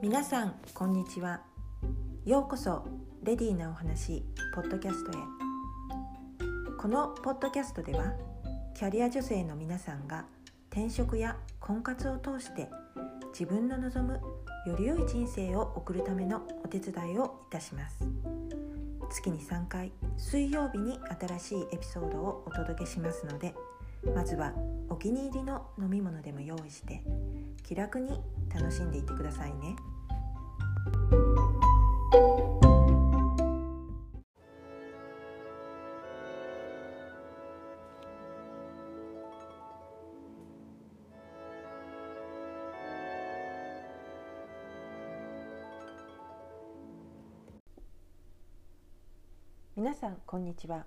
皆さんこんにちは。ようこそレディーなお話ポッドキャストへ。このポッドキャストではキャリア女性の皆さんが転職や婚活を通して自分の望むより良い人生を送るためのお手伝いをいたします。月に3回水曜日に新しいエピソードをお届けしますので、まずはお気に入りの飲み物でも用意して気楽に楽しんでいってくださいね。皆さんこんにちは。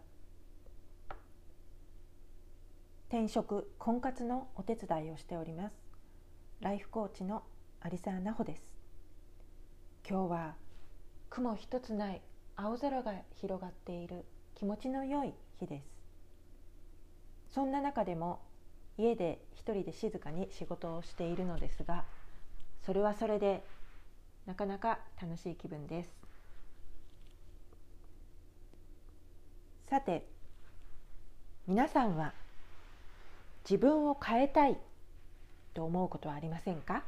転職婚活のお手伝いをしておりますライフコーチの有沢奈穂です。今日は雲一つない青空が広がっている気持ちの良い日です。そんな中でも家で一人で静かに仕事をしているのですが、それはそれでなかなか楽しい気分です。さて、皆さんは自分を変えたいと思うことはありませんか？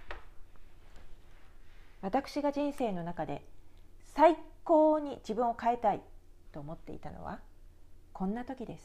私が人生の中で最高に自分を変えたいと思っていたのはこんな時です。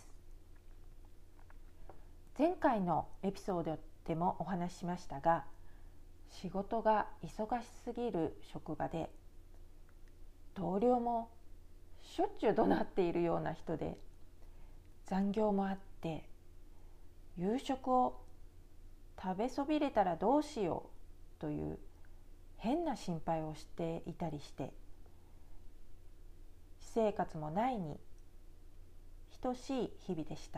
前回のエピソードでもお話ししましたが、仕事が忙しすぎる職場で同僚もしょっちゅう怒鳴っているような人で、残業もあって夕食を食べそびれたらどうしようという変な心配をしていたりして、私生活もないに等しい日々でした。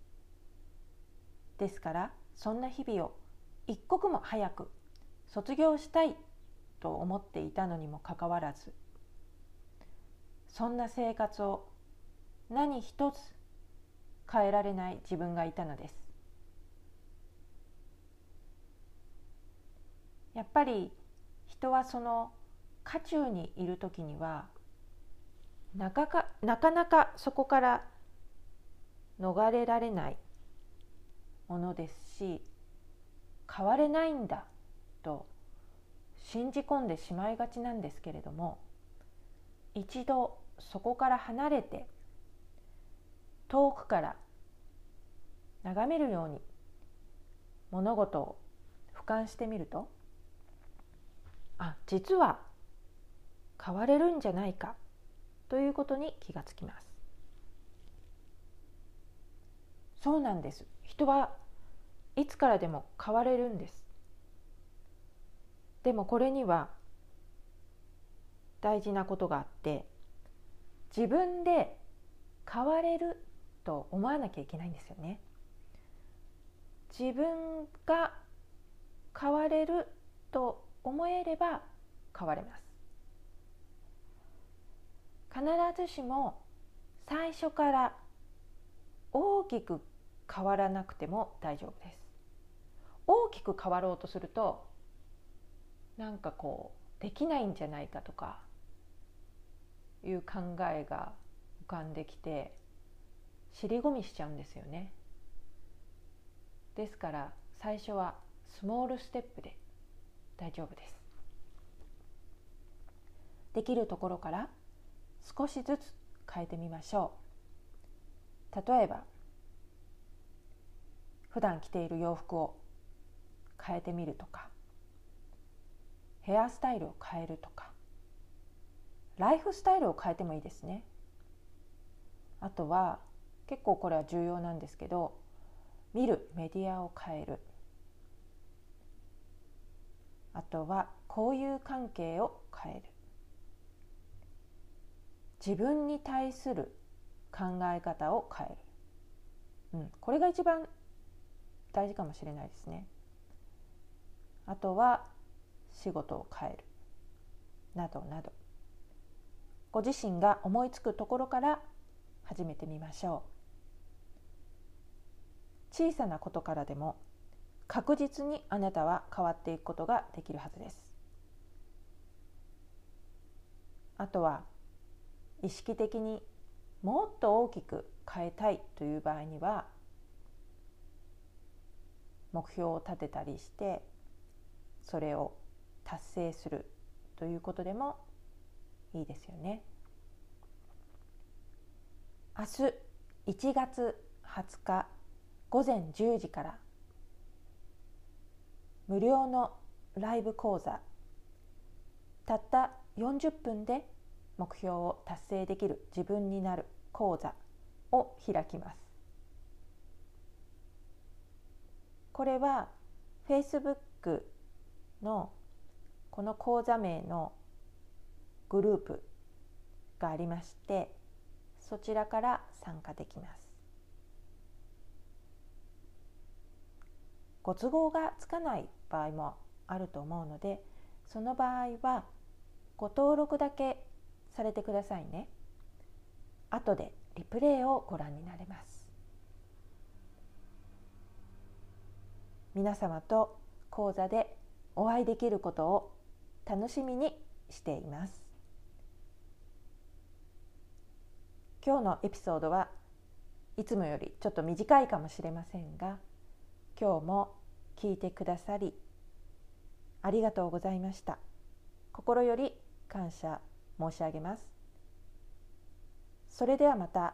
ですからそんな日々を一刻も早く卒業したいと思っていたのにもかかわらず、そんな生活を何一つ変えられない自分がいたのです。やっぱり人はその渦中にいるときにはなかなかそこから逃れられないものですし、変われないんだと信じ込んでしまいがちなんですけれども、一度そこから離れて遠くから眺めるように物事を俯瞰してみると、実は変われるんじゃないかということに気がつきます。そうなんです。人はいつからでも変われるんです。でもこれには大事なことがあって、自分で変われると思わなきゃいけないんですよね。自分が変われると思えれば変われます。必ずしも最初から大きく変わらなくても大丈夫です。大きく変わろうとするとできないんじゃないかとかいう考えが浮かんできて尻込みしちゃうんですよね。ですから最初はスモールステップで大丈夫です。できるところから少しずつ変えてみましょう。例えば普段着ている洋服を変えてみるとか、ヘアスタイルを変えるとか、ライフスタイルを変えてもいいですね。あとは結構これは重要なんですけど、見るメディアを変える。あとは交友関係を変える。自分に対する考え方を変える。これが一番大事かもしれないですね。あとは仕事を変えるなどなど、ご自身が思いつくところから始めてみましょう。小さなことからでも確実にあなたは変わっていくことができるはずです。 あとは意識的にもっと大きく変えたいという場合には、目標を立てたりしてそれを達成するということでもいいですよね。明日1月20日午前10時から無料のライブ講座、たった40分で目標を達成できる自分になる講座を開きます。これは Facebook のこの講座名のグループがありまして、そちらから参加できます。ご都合がつかない場合もあると思うので、その場合はご登録だけされてくださいね。後でリプレイをご覧になれます。皆様と講座でお会いできることを楽しみにしています。今日のエピソードはいつもよりちょっと短いかもしれませんが、今日も聞いてくださりありがとうございました。心より感謝申し上げます。それではまた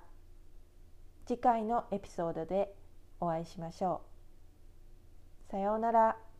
次回のエピソードでお会いしましょう。さようなら。